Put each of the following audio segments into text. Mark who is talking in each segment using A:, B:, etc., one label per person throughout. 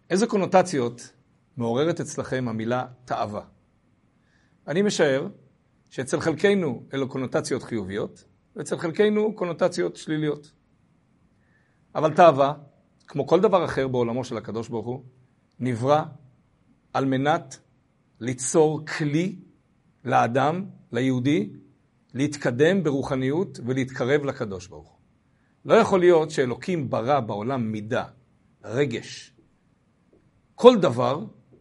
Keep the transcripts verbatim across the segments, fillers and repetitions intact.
A: איזה קונוטציות מעוררת אצלכם המילה תאווה? אני משער שאצל חלקנו אלו קונוטציות חיוביות, ואצל חלקנו קונוטציות שליליות. אבל תאווה, כמו כל דבר אחר בעולמו של הקדוש ברוך הוא, נברא על מנת ליצור כלי לאדם, ליהודי, להתקדם ברוחניות ולהתקרב לקדוש ברוך הוא. לא יכול להיות שאלוקים ברא בעולם מידה, רגש, כל דבר,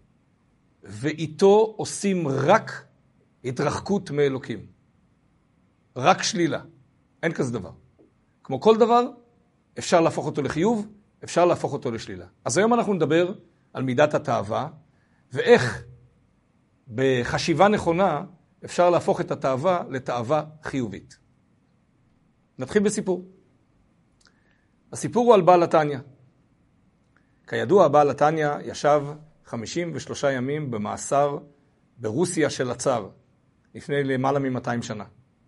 A: ואיתו עושים רק התרחקות מאלוקים. רק שלילה. אין כזה דבר. כמו כל דבר, אפשר להפוך אותו לחיוב, אפשר להפוך אותו לשלילה. אז היום אנחנו נדבר על מידת התאווה, ואיך בחשיבה נכונה אפשר להפוך את התאווה לתאווה חיובית. נתחיל בסיפור. הסיפור הוא על בעל התניא. כידוע, בעל התניא ישב חמישים ושלושה ימים במאסר ברוסיה של הצאר, לפני למעלה מ-מאתיים שנה.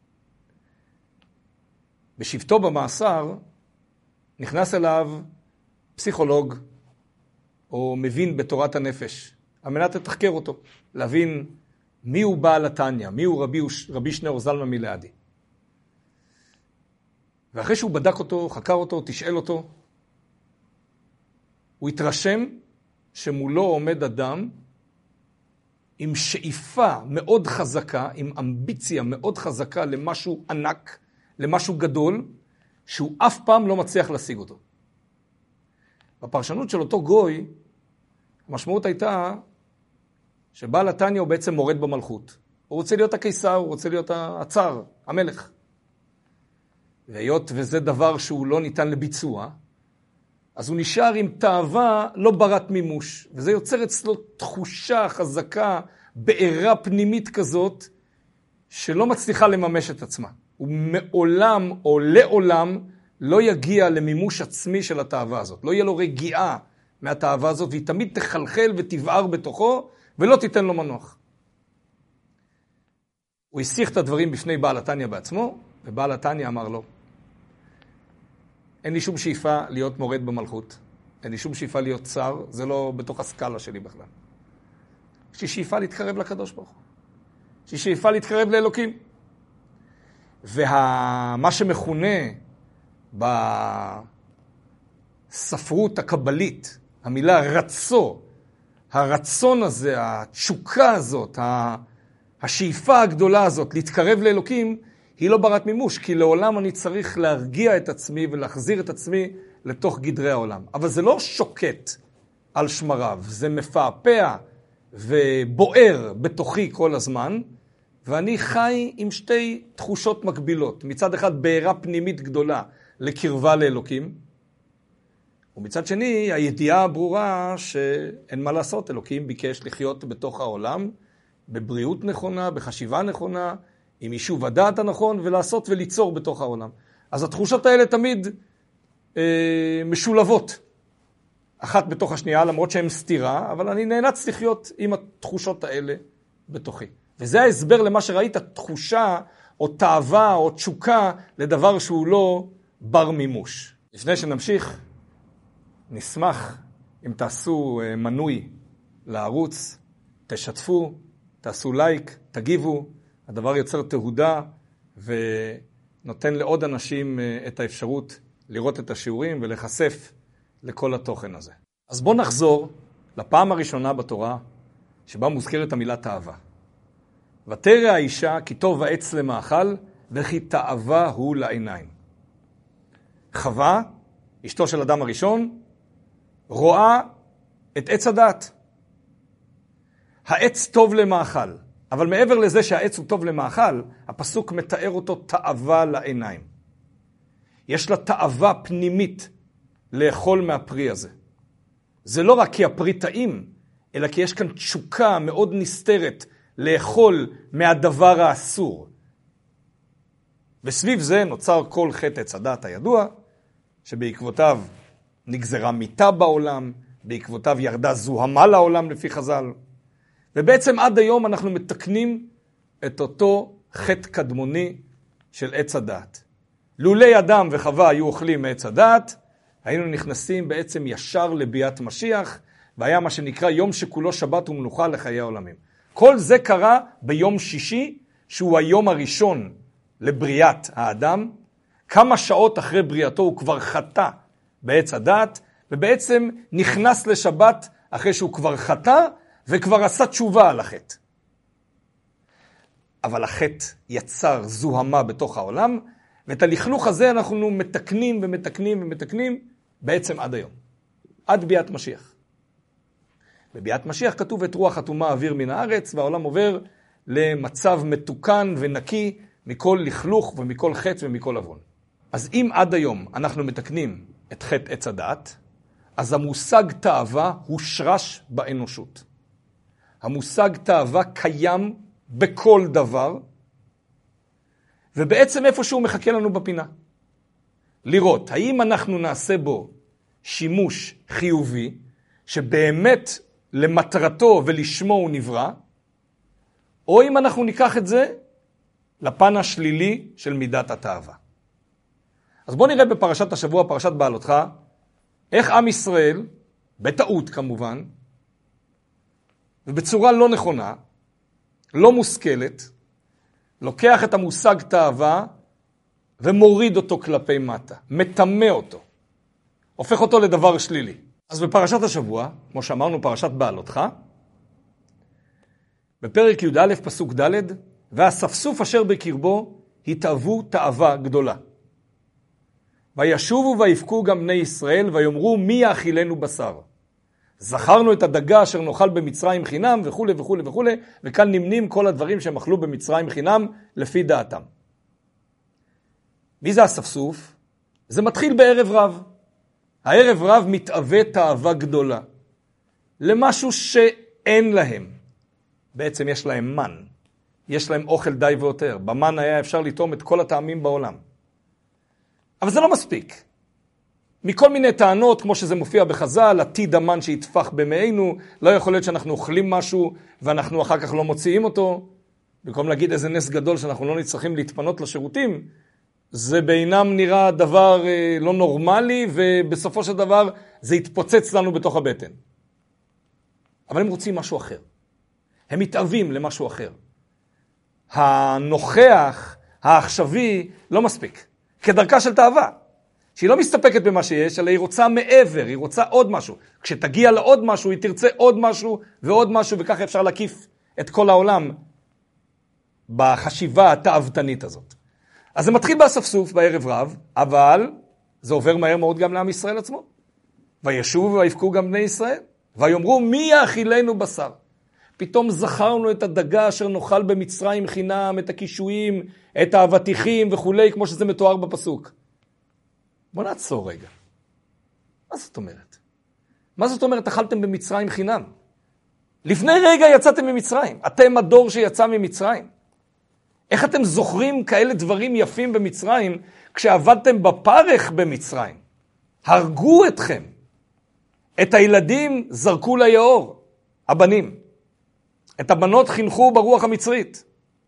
A: בשבתו במאסר נכנס אליו פסיכולוג או מבין בתורת הנפש, על מנת לתחקר אותו, להבין מי הוא בעל התניא, מי הוא רבי, רבי שניאור זלמן מלאדי. ואחרי שהוא בדק אותו, חקר אותו, תשאל אותו, הוא התרשם שמולו עומד אדם עם שאיפה מאוד חזקה, עם אמביציה מאוד חזקה למשהו ענק, למשהו גדול, שהוא אף פעם לא מצליח להשיג אותו. בפרשנות של אותו גוי, המשמעות הייתה שבעל התניא הוא בעצם מורד במלכות. הוא רוצה להיות הקיסר, הוא רוצה להיות הצאר, המלך. והיות וזה דבר שהוא לא ניתן לביצוע, אז הוא נשאר עם תאווה לא ברת מימוש. וזה יוצר אצלו תחושה חזקה, בעירה פנימית כזאת, שלא מצליחה לממש את עצמה. הוא מעולם או לעולם לא יגיע למימוש עצמי של התאווה הזאת. לא יהיה לו רגיעה מהתאווה הזאת, והיא תמיד תחלחל ותבער בתוכו, ולא תיתן לו מנוח. הוא השיח את הדברים בפני בעל התניא בעצמו, ובעל התניא אמר לו, אין לי שום שאיפה להיות מורד במלכות. אין לי שום שאיפה להיות צר, זה לא בתוך הסקאלה שלי בכלל. יש לי שאיפה להתקרב לקדוש ברוך הוא. יש לי שאיפה להתקרב לאלוקים. ומה שמכונה בספרות הקבלית, המילה רצו, הרצון הזה, התשוקה הזאת, השאיפה הגדולה הזאת להתקרב לאלוקים, היא לא ברת מימוש, כי לעולם אני צריך להרגיע את עצמי ולהחזיר את עצמי לתוך גדרי העולם. אבל זה לא שוקט על שמריו, זה מפעפע ובוער בתוכי כל הזמן, ואני חי עם שתי תחושות מקבילות. מצד אחד בעירה פנימית גדולה לקרבה לאלוקים, ומצד שני הידיעה הברורה שאין מה לעשות, אלוקים ביקש לחיות בתוך העולם, בבריאות נכונה, בחשיבה נכונה, עם יישוב הדעת הנכון, ולעשות וליצור בתוך העולם. אז התחושות האלה תמיד אה, משולבות, אחת בתוך השנייה, למרות שהן סתירה, אבל אני נאלץ לחיות עם התחושות האלה בתוכי. וזה ההסבר למה שראית, תחושה או תאווה או תשוקה לדבר שהוא לא בר מימוש. לפני שנמשיך, נשמח אם תעשו מנוי לערוץ, תשתפו, תעשו לייק, תגיבו. הדבר יוצר תהודה ונותן לעוד אנשים את האפשרות לראות את השיעורים ולחשף לכל התוכן הזה. אז בואו נחזור לפעם הראשונה בתורה שבה מוזכרת המילה תאווה. ותרא האישה כי טוב העץ למאכל וכי תאווה הוא לעיניים. חווה, אשתו של אדם הראשון, רואה את עץ הדעת. העץ טוב למאכל, אבל מעבר לזה שהעץ הוא טוב למאכל, הפסוק מתאר אותו תאווה לעיניים. יש לה תאווה פנימית לאכול מהפרי הזה. זה לא רק כי הפרי טעים, אלא כי יש כאן תשוקה מאוד נסתרת לאכול מהדבר האסור. וסביב זה נוצר כל חטא עץ הדעת הידוע, שבעקבותיו נגזרה מיתה בעולם, בעקבותיו ירדה זוהמה לעולם לפי חז"ל. ובעצם עד היום אנחנו מתקנים את אותו חטא קדמוני של עץ הדעת. לולי אדם וחווה היו אוכלים מעץ הדעת, היינו נכנסים בעצם ישר לביאת משיח, והיה מה שנקרא יום שכולו שבת ומנוחה לחיי העולמים. כל זה קרה ביום שישי, שהוא היום הראשון לבריאת האדם. כמה שעות אחרי בריאתו הוא כבר חטא בעץ הדעת, ובעצם נכנס לשבת אחרי שהוא כבר חטא, וכבר עשה תשובה על החטא. אבל החטא יצר זוהמה בתוך העולם, ואת הלכלוך הזה אנחנו מתקנים ומתקנים ומתקנים בעצם עד היום. עד ביאת משיח. בביאת משיח כתוב את רוח אטומה אוויר מן הארץ, והעולם עובר למצב מתוקן ונקי מכל לכלוך ומכל חטא ומכל עוון. אז אם עד היום אנחנו מתקנים את חטא עץ הדעת, אז המושג תאווה הוא שרש באנושות. המושג תאווה קיים בכל דבר, ובעצם איפשהו מחכה לנו בפינה. לראות, האם אנחנו נעשה בו שימוש חיובי, שבאמת למטרתו ולשמו הוא נברא, או אם אנחנו ניקח את זה לפן השלילי של מידת התאווה. אז בואו נראה בפרשת השבוע, פרשת בעלותך, איך עם ישראל, בטעות כמובן, ובצורה לא נכונה, לא מושכלת, לוקח את המושג תאווה ומוריד אותו כלפי מטה, מטמא אותו, הופך אותו לדבר שלילי. אז בפרשת השבוע, כמו שאמרנו פרשת בעלותך, בפרק י"א פסוק ד', והספסוף אשר בקרבו התאוו תאווה גדולה. וישובו ויפקו גם בני ישראל ויאמרו מי יאכילנו בשר. זכרנו את הדגה אשר נאכל במצרים חינם וכו' וכו' וכו', וכאן נמנים כל הדברים שהם אכלו במצרים חינם לפי דעתם. מי זה הספסוף? זה מתחיל בערב רב. הערב רב מתאווה תאווה גדולה. למשהו שאין להם. בעצם יש להם מן. יש להם אוכל די ויותר. במן היה אפשר לטעום את כל הטעמים בעולם. אבל זה לא מספיק. מכל מיני טענות, כמו שזה מופיע בחז"ל, עתיד המן שיתפח במעינו, לא יכול להיות שאנחנו אוכלים משהו ואנחנו אחר כך לא מוציאים אותו. במקום להגיד איזה נס גדול שאנחנו לא נצטרכים להתפנות לשירותים, זה בעינם נראה דבר אה, לא נורמלי, ובסופו של דבר זה יתפוצץ לנו בתוך הבטן. אבל הם רוצים משהו אחר. הם מתאווים למשהו אחר. הנוכח, העכשווי, לא מספיק. כדרכה של תאווה. שהיא לא מסתפקת במה שיש, אלא היא רוצה מעבר, היא רוצה עוד משהו. כשתגיע לעוד משהו, היא תרצה עוד משהו ועוד משהו, וככה אפשר להקיף את כל העולם בחשיבה התאוותנית הזאת. אז זה מתחיל באספסוף, בערב רב, אבל זה עובר מהר מאוד גם לעם ישראל עצמו. וישובו ויפקו גם בני ישראל, ויאמרו מי יאכילנו בשר. פתאום זכרנו את הדגה אשר נאכל במצרים חינם, את הקישואים, את האבטיחים וכולי, כמו שזה מתואר בפסוק. בוא נעצור רגע. מה זאת אומרת? מה זאת אומרת אכלתם במצרים חינם? לפני רגע יצאתם ממצרים. אתם הדור שיצא ממצרים. איך אתם זוכרים כאלה דברים יפים במצרים, כשעבדתם בפרך במצרים? הרגו אתכם. את הילדים זרקו ליאור, הבנים. את הבנות חינכו ברוח המצרית.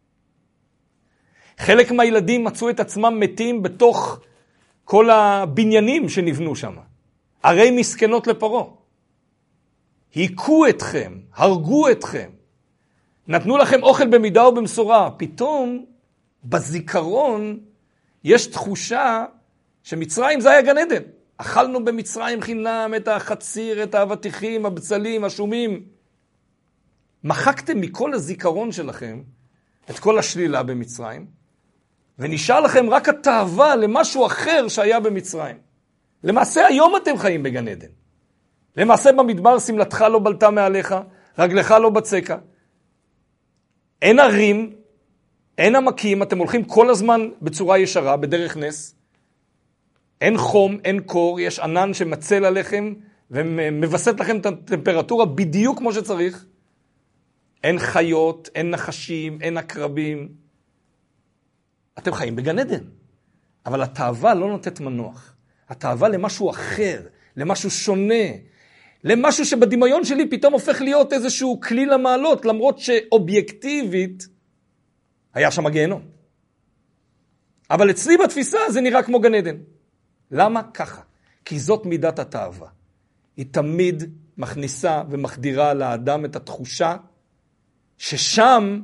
A: חלק מהילדים מצאו את עצמם מתים בתוך כל הבניינים שנבנו שם. ערי מסכנות לפרו. היכו אתכם, הרגו אתכם. נתנו לכם אוכל במידה ובמשורה. פתאום בזיכרון יש תחושה שמצרים זה היה גן עדן. אכלנו במצרים חינם את החציר, את האבטיחים, הבצלים, השומים. מחקתם מכל הזיכרון שלכם את כל השלילה במצרים, ונשאר לכם רק התאווה למשהו אחר שהיה במצרים. למעשה היום אתם חיים בגן עדן. למעשה במדבר סמלתך לא בלטה מעליך, רגלך לא בצקה. אין ערים, אין עמקים, אתם הולכים כל הזמן בצורה ישרה, בדרך נס. אין חום, אין קור, יש ענן שמצל עליכם ומבסט לכם את הטמפרטורה בדיוק כמו שצריך. אין חיות, אין נחשים, אין עקרבים. אתם חיים בגן עדן. אבל התאווה לא נותנת מנוח. התאווה למשהו אחר, למשהו שונה, למשהו שבדמיון שלי פתאום הופך להיות איזשהו כלי למעלות, למרות שאובייקטיבית היה שם גיהנום. אבל אצלי בתפיסה זה נראה כמו גן עדן. למה? ככה. כי זאת מידת התאווה. היא תמיד מכניסה ומחדירה לאדם את התחושה ששם,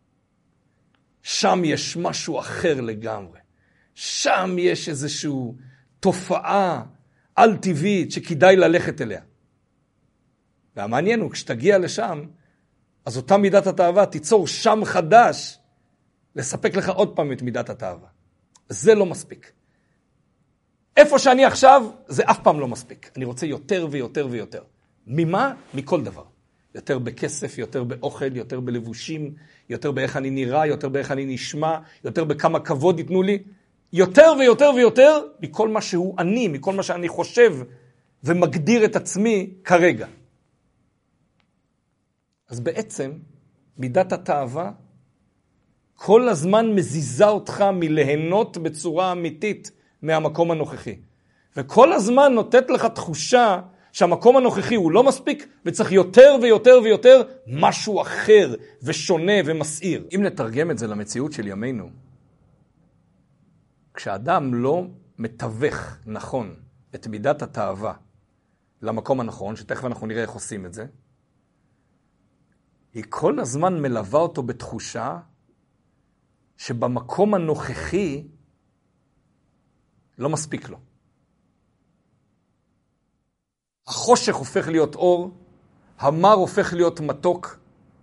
A: שם יש משהו אחר לגמרי. שם יש איזושהי תופעה על-טבעית שכדאי ללכת אליה. והמעניין הוא, כשתגיע לשם, אז אותה מידת התאווה תיצור שם חדש, לספק לך עוד פעם את מידת התאווה. זה לא מספיק. איפה שאני עכשיו, זה אף פעם לא מספיק. אני רוצה יותר ויותר ויותר. ממה? מכל דבר. יותר בכסף, יותר באוכל, יותר בלבושים, יותר באיך אני נראה, יותר באיך אני נשמע, יותר בכמה כבוד ייתנו לי. יותר ויותר ויותר מכל מה שהוא אני, מכל מה שאני חושב ומגדיר את עצמי כרגע. אז בעצם מידת התאווה כל הזמן מזיזה אותך מלהנות בצורה אמיתית מהמקום הנוכחי. וכל הזמן נותנת לך תחושה שהמקום הנוכחי הוא לא מספיק וצריך יותר ויותר ויותר משהו אחר ושונה ומסעיר. אם נתרגם את זה למציאות של ימינו, כשאדם לא מתווך נכון את מידת התאווה למקום הנכון, שתכף אנחנו נראה איך עושים את זה, היא כל הזמן מלווה אותו בתחושה שבמקום הנוכחי לא מספיק לו. החושך הופך להיות אור, המר הופך להיות מתוק.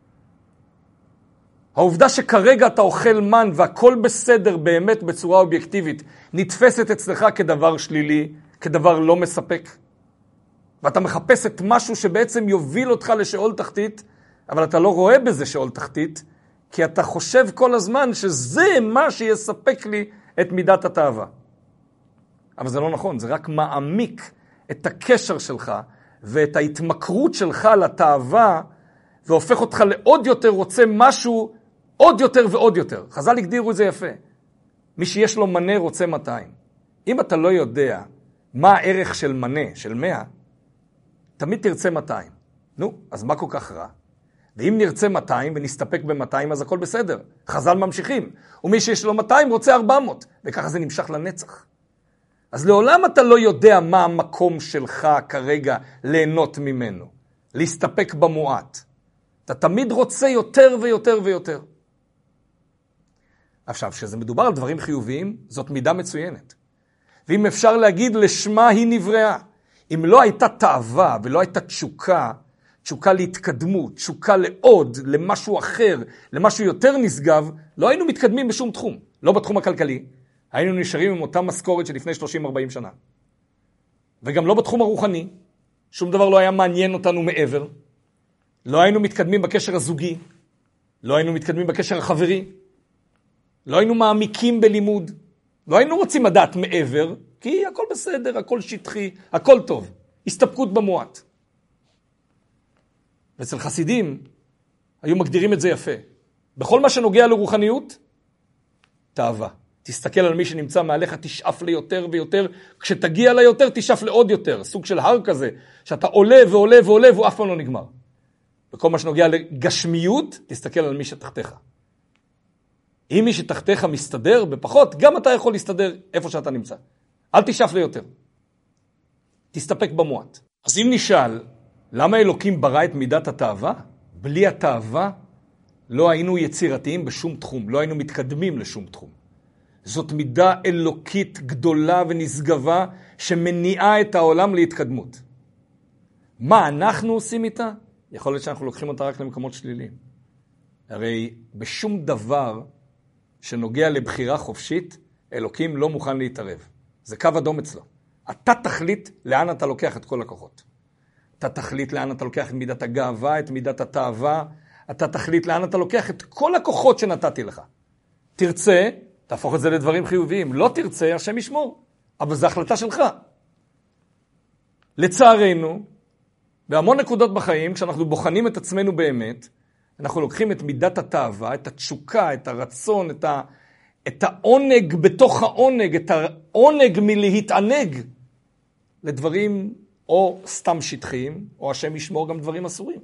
A: העובדה שכרגע אתה אוכל מן והכל בסדר באמת בצורה אובייקטיבית, נתפסת אצלך כדבר שלילי, כדבר לא מספק. ואתה מחפש את משהו שבעצם יוביל אותך לשאול תחתית, אבל אתה לא רואה בזה שאול תחתית, כי אתה חושב כל הזמן שזה מה שיספק לי את מידת התאווה. אבל זה לא נכון, זה רק מעמיק את הקשר שלך ואת ההתמכרות שלך לתאווה, והופך אותך לעוד יותר רוצה משהו עוד יותר ועוד יותר. חז"ל הגדירו את זה יפה. מי שיש לו מנה רוצה מאתיים. אם אתה לא יודע מה הערך של מנה, של מאה, תמיד תרצה מאתיים. נו, אז מה כל כך רע? ואם נרצה מאתיים ונסתפק ב-מאתיים, אז הכל בסדר. חז"ל ממשיכים. ומי שיש לו מאתיים רוצה ארבע מאות, וככה זה נמשך לנצח. אז לעולם אתה לא יודע מה המקום שלך כרגע ליהנות ממנו, להסתפק במועט. אתה תמיד רוצה יותר ויותר ויותר. עכשיו, כשזה מדובר על דברים חיוביים, זאת מידה מצוינת. ואם אפשר להגיד לשמה היא נבראה, אם לא הייתה תאווה ולא הייתה תשוקה, תשוקה להתקדמות, תשוקה לעוד, למשהו אחר, למשהו יותר נשגב, לא היינו מתקדמים בשום תחום. לא בתחום הכלכלי, היינו נשארים עם אותה משכורת שלפני שלושים ארבעים שנה. וגם לא בתחום הרוחני, שום דבר לא היה מעניין אותנו מעבר. לא היינו מתקדמים בקשר הזוגי, לא היינו מתקדמים בקשר החברי, לא היינו מעמיקים בלימוד, לא היינו רוצים לדעת מעבר, כי הכל בסדר, הכל שטחי, הכל טוב. הסתפקות במועט. ואצל חסידים היו מגדירים את זה יפה. בכל מה שנוגע לרוחניות, תאווה. תסתכל על מי שנמצא מעליך, תשאף ליותר ויותר, כשתגיע ליותר, תשאף לעוד יותר. סוג של הר כזה, שאתה עולה ועולה ועולה, והוא אף פעם לא נגמר. בכל מה שנוגע לגשמיות, תסתכל על מי שתחתיך. אם מי שתחתיך מסתדר בפחות, גם אתה יכול להסתדר איפה שאתה נמצא. אל תשאף ליותר. תסתפק במועט. אז אם נשאל, למה אלוקים ברא את מידת התאווה? בלי התאווה לא היינו יצירתיים בשום תחום, לא היינו מתקדמים לשום תחום. זאת מידה אלוקית גדולה ונשגבה שמניעה את העולם להתקדמות. מה אנחנו עושים איתה? יכול להיות שאנחנו לוקחים אותה רק למקומות שליליים. הרי בשום דבר שנוגע לבחירה חופשית, אלוקים לא מוכן להתערב. זה קו אדום אצלו. אתה תחליט לאן אתה לוקח את כל הכוחות. אתה תחליט לאן אתה לוקח את מידת הגאווה, את מידת התאווה. אתה תחליט לאן אתה לוקח את כל הכוחות שנתתי לך. תרצה, תהפוך את זה לדברים חיוביים. לא תרצה, השם ישמור. אבל זו החלטה שלך. לצערנו, בהמון נקודות בחיים, כשאנחנו בוחנים את עצמנו באמת, אנחנו לוקחים את מידת התאווה, את התשוקה, את הרצון, את, ה... את העונג בתוך העונג, את העונג מלהתענג לדברים או סתם שטחיים, או השם ישמור גם דברים אסורים.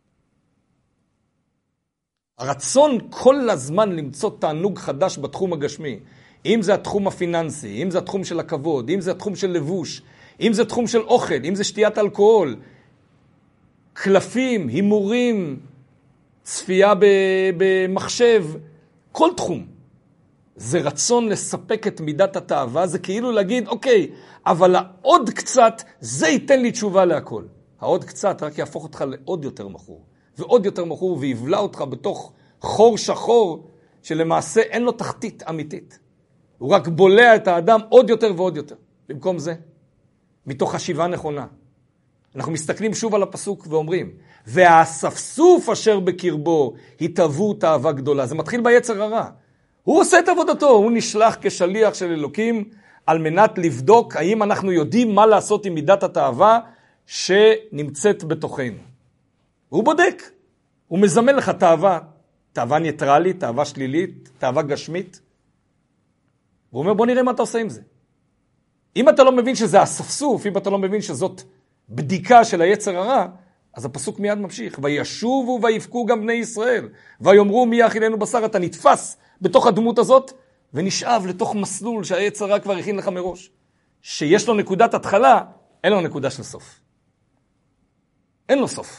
A: הרצון כל הזמן למצוא תענוג חדש בתחום הגשמי, אם זה התחום הפיננסי, אם זה התחום של הכבוד, אם זה התחום של לבוש, אם זה תחום של אוכל, אם זה שתיית אלכוהול, קלפים, הימורים, צפייה במחשב, כל תחום. זה רצון לספק את מידת התאווה, זה כאילו להגיד, אוקיי, אבל העוד קצת, זה ייתן לי תשובה להכל. העוד קצת רק יהפוך אותך לעוד יותר מכור, ועוד יותר מכור, ויבלע אותך בתוך חור שחור, שלמעשה אין לו תחתית אמיתית. הוא רק בולע את האדם עוד יותר ועוד יותר. במקום זה, מתוך חשיבה נכונה. אנחנו מסתכלים שוב על הפסוק ואומרים, והאספסוף אשר בקרבו התאוו תאווה גדולה. זה מתחיל ביצר הרע. הוא עושה את עבודתו, הוא נשלח כשליח של אלוקים, על מנת לבדוק האם אנחנו יודעים מה לעשות עם מידת התאווה שנמצאת בתוכנו. הוא בודק, הוא מזמן לך תאווה, תאווה ניטרלית, תאווה שלילית, תאווה גשמית. הוא אומר, בוא נראה מה אתה עושה עם זה. אם אתה לא מבין שזה אספסוף, אם אתה לא מבין שזאת בדיקה של היצר הרע, אז הפסוק מיד ממשיך. וישובו ויבכו גם בני ישראל, ויאמרו מי יאכילנו בשר. אתה נתפס בתוך הדמות הזאת, ונשאב לתוך מסלול שהיצר הרע כבר הכין לך מראש. שיש לו נקודת התחלה, אין לו נקודה של סוף. אין לו סוף.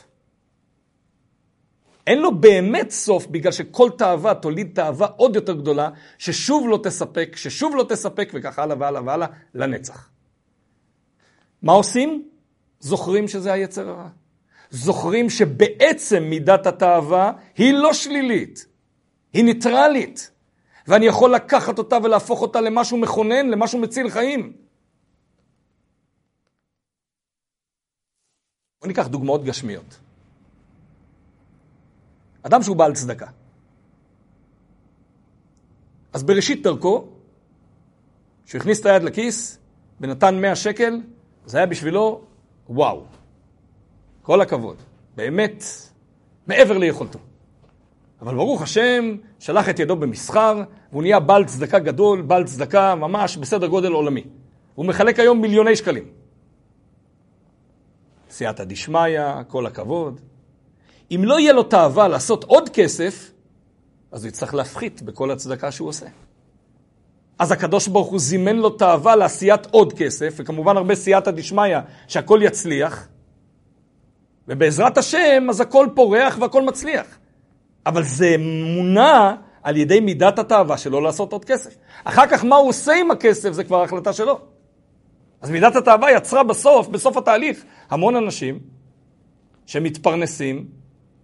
A: אין לו באמת סוף, בגלל שכל תאווה תוליד תאווה עוד יותר גדולה, ששוב לא תספק, ששוב לא תספק, וכך הלאה והלאה והלאה, לנצח. מה עושים? זוכרים שזה היצר הרע. זוכרים שבעצם מידת התאווה היא לא שלילית, היא ניטרלית. ואני יכול לקחת אותה ולהפוך אותה למשהו מכונן, למשהו מציל חיים. בוא ניקח דוגמאות גשמיות. אדם שהוא בעל צדקה. אז בראשית דרכו, שהוא הכניס את היד לכיס, ונתן מאה שקל, זה היה בשבילו, וואו. כל הכבוד. באמת, מעבר ליכולתו. אבל ברוך השם, שלח את ידו במסחר, והוא נהיה בעל צדקה גדול, בעל צדקה ממש בסדר גודל עולמי. הוא מחלק היום מיליוני שקלים. סייעתא דשמיא, כל הכבוד. אם לא יהיה לו תאווה לעשות עוד כסף, אז הוא יצטרך להפחית בכל הצדקה שהוא עושה. אז הקדוש ברוך הוא זימן לו תאווה לעשיית עוד כסף, וכמובן הרבה סייעתא דשמיא שהכל יצליח, ובעזרת השם אז הכל פורח והכל מצליח. אבל זה מונע על ידי מידת התאווה שלו לעשות עוד כסף. אחר כך מה הוא עושה עם הכסף זה כבר החלטה שלו. אז מידת התאווה יצרה בסוף, בסוף התהליך, המון אנשים שמתפרנסים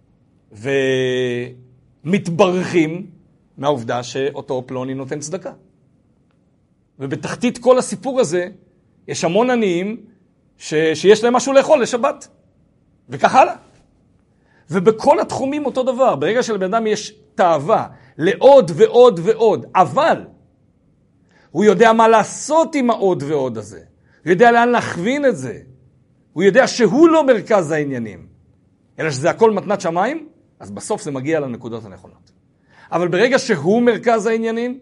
A: ומתברכים מהעובדה שאותו פלוני נותן צדקה. ובתחתית כל הסיפור הזה יש המון עניים ש... שיש להם משהו לאכול לשבת. וכך הלאה. ובכל התחומים אותו דבר. ברגע שלבן אדם יש תאווה לעוד ועוד ועוד, אבל הוא יודע מה לעשות עם העוד ועוד הזה. הוא יודע לאן להכווין את זה. הוא יודע שהוא לא מרכז העניינים, אלא שזה הכל מתנת שמיים, אז בסוף זה מגיע לנקודות הנכונות. אבל ברגע שהוא מרכז העניינים,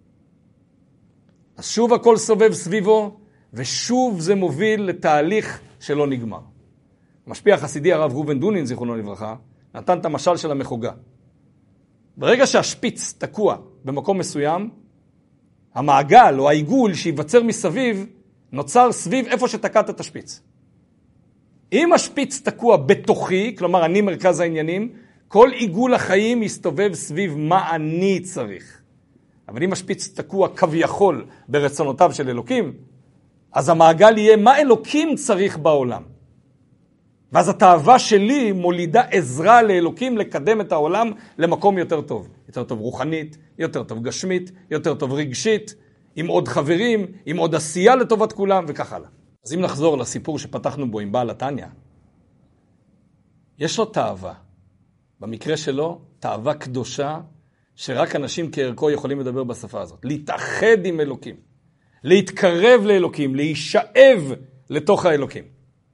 A: אז שוב הכל סובב סביבו, ושוב זה מוביל לתהליך שלא נגמר. משפיע חסידי הרב ראובן דונין, זיכרונו לברכה, נתן את המשל של המחוגה. ברגע שהשפיץ תקוע במקום מסוים, המעגל או העיגול שיווצר מסביב, נוצר סביב איפה שתקעת את השפיץ. אם השפיץ תקוע בתוכי, כלומר אני מרכז העניינים, כל עיגול החיים יסתובב סביב מה אני צריך. אבל אם השפיץ תקוע כביכול ברצונותיו של אלוקים, אז המעגל יהיה מה אלוקים צריך בעולם. ואז התאווה שלי מולידה עזרה לאלוקים לקדם את העולם למקום יותר טוב. יותר טוב רוחנית, יותר טוב גשמית, יותר טוב רגשית, עם עוד חברים, עם עוד עשייה לטובת כולם וכך הלאה. אז אם נחזור לסיפור שפתחנו בו עם בעל התניא, יש לו תאווה. במקרה שלו, תאווה קדושה, שרק אנשים כערכו יכולים לדבר בשפה הזאת. להתאחד עם אלוקים, להתקרב לאלוקים, להישאב לתוך האלוקים.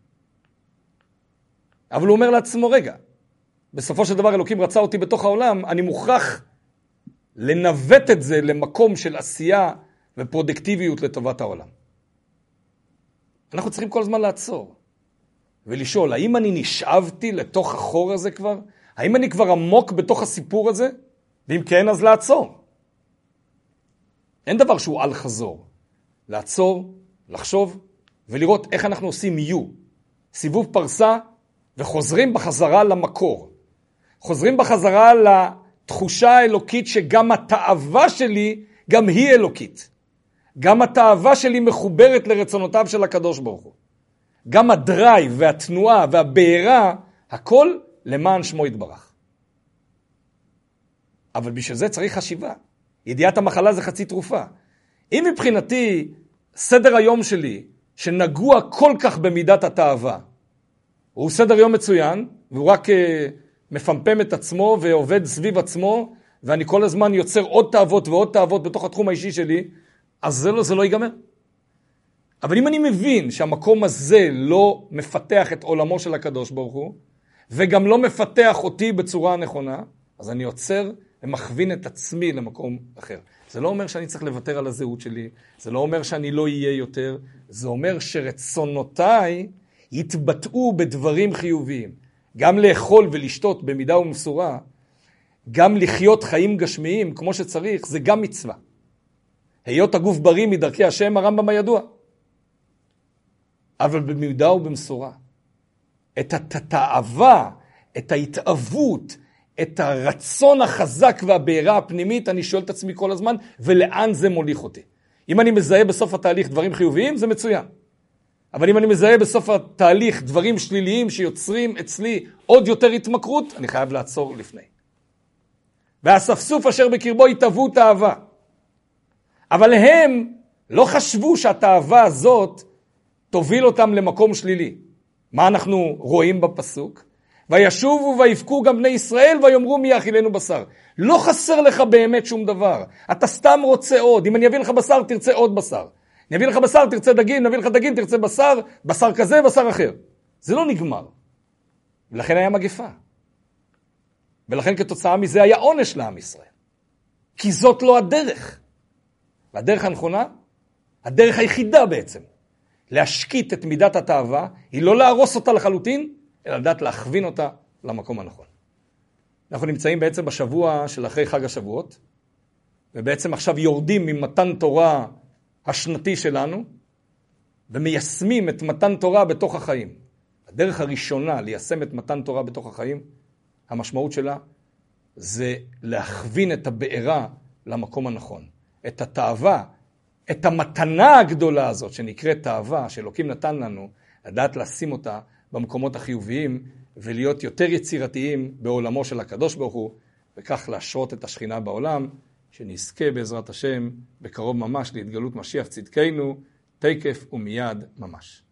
A: אבל הוא אומר לעצמו, רגע, בסופו של דבר אלוקים רצה אותי בתוך העולם, אני מוכרח לנווט את זה למקום של עשייה ופרודקטיביות לטובת העולם. אנחנו צריכים כל הזמן לעצור ולשאול, האם אני נשאבתי לתוך החור הזה כבר? האם אני כבר עמוק בתוך הסיפור הזה? ואם כן, אז לעצור. אין דבר שהוא על חזור. לעצור, לחשוב ולראות איך אנחנו עושים יו. סיבוב פרסה וחוזרים בחזרה למקור. חוזרים בחזרה לתחושה האלוקית שגם התאווה שלי, גם היא אלוקית. גם התאווה שלי מחוברת לרצונותיו של הקדוש ברוך הוא. גם הדרייב והתנועה והבעירה, הכל למען שמו יתברך. אבל בשביל זה צריך חשיבה. ידיעת המחלה זה חצי תרופה. אם מבחינתי סדר היום שלי, שנגוע כל כך במידת התאווה, הוא סדר יום מצוין, והוא רק uh, מפמפם את עצמו ועובד סביב עצמו, ואני כל הזמן יוצר עוד תאוות ועוד תאוות בתוך התחום האישי שלי, אז זה לא, זה לא ייגמר. אבל אם אני מבין שהמקום הזה לא מפתח את עולמו של הקדוש ברוך הוא, וגם לא מפתח אותי בצורה הנכונה, אז אני עוצר ומכווין את עצמי למקום אחר. זה לא אומר שאני צריך לוותר על הזהות שלי, זה לא אומר שאני לא אהיה יותר, זה אומר שרצונותיי יתבטאו בדברים חיוביים. גם לאכול ולשתות במידה ומסורה, גם לחיות חיים גשמיים כמו שצריך, זה גם מצווה. היות הגוף בריא מדרכי השם, הרמב"ם הידוע. אבל במידה ובמשורה. את התאווה, את ההתאבות, את הרצון החזק והבעירה הפנימית, אני שואל את עצמי כל הזמן, ולאן זה מוליך אותי? אם אני מזהה בסוף התהליך דברים חיוביים, זה מצוין. אבל אם אני מזהה בסוף התהליך דברים שליליים שיוצרים אצלי עוד יותר התמכרות, אני חייב לעצור לפני. והספסוף אשר בקרבו התאוו תאווה. אבל הם לא חשבו שהתאווה הזאת תוביל אותם למקום שלילי. מה אנחנו רואים בפסוק? וישובו ויבכו גם בני ישראל ויאמרו מי יאכילנו בשר. לא חסר לך באמת שום דבר. אתה סתם רוצה עוד. אם אני אביא לך בשר, תרצה עוד בשר. אני אביא לך בשר, תרצה דגים, נביא לך דגים, תרצה בשר, בשר כזה, בשר אחר. זה לא נגמר. ולכן היה מגפה. ולכן כתוצאה מזה היה עונש לעם ישראל. כי זאת לא הדרך. והדרך הנכונה, הדרך היחידה בעצם, להשקיט את מידת התאווה, היא לא להרוס אותה לחלוטין, אלא לדעת להכווין אותה למקום הנכון. אנחנו נמצאים בעצם בשבוע של אחרי חג השבועות, ובעצם עכשיו יורדים ממתן תורה השנתי שלנו, ומיישמים את מתן תורה בתוך החיים. הדרך הראשונה ליישם את מתן תורה בתוך החיים, המשמעות שלה זה להכווין את הבעירה למקום הנכון. את התאווה, את המתנה הגדולה הזאת שנקראת תאווה, שאלוקים נתן לנו, לדעת לשים אותה במקומות החיוביים, ולהיות יותר יצירתיים בעולמו של הקדוש ברוך הוא, וכך להשרות את השכינה בעולם, שנזכה בעזרת השם בקרוב ממש להתגלות משיח צדקנו, תקף ומיד ממש.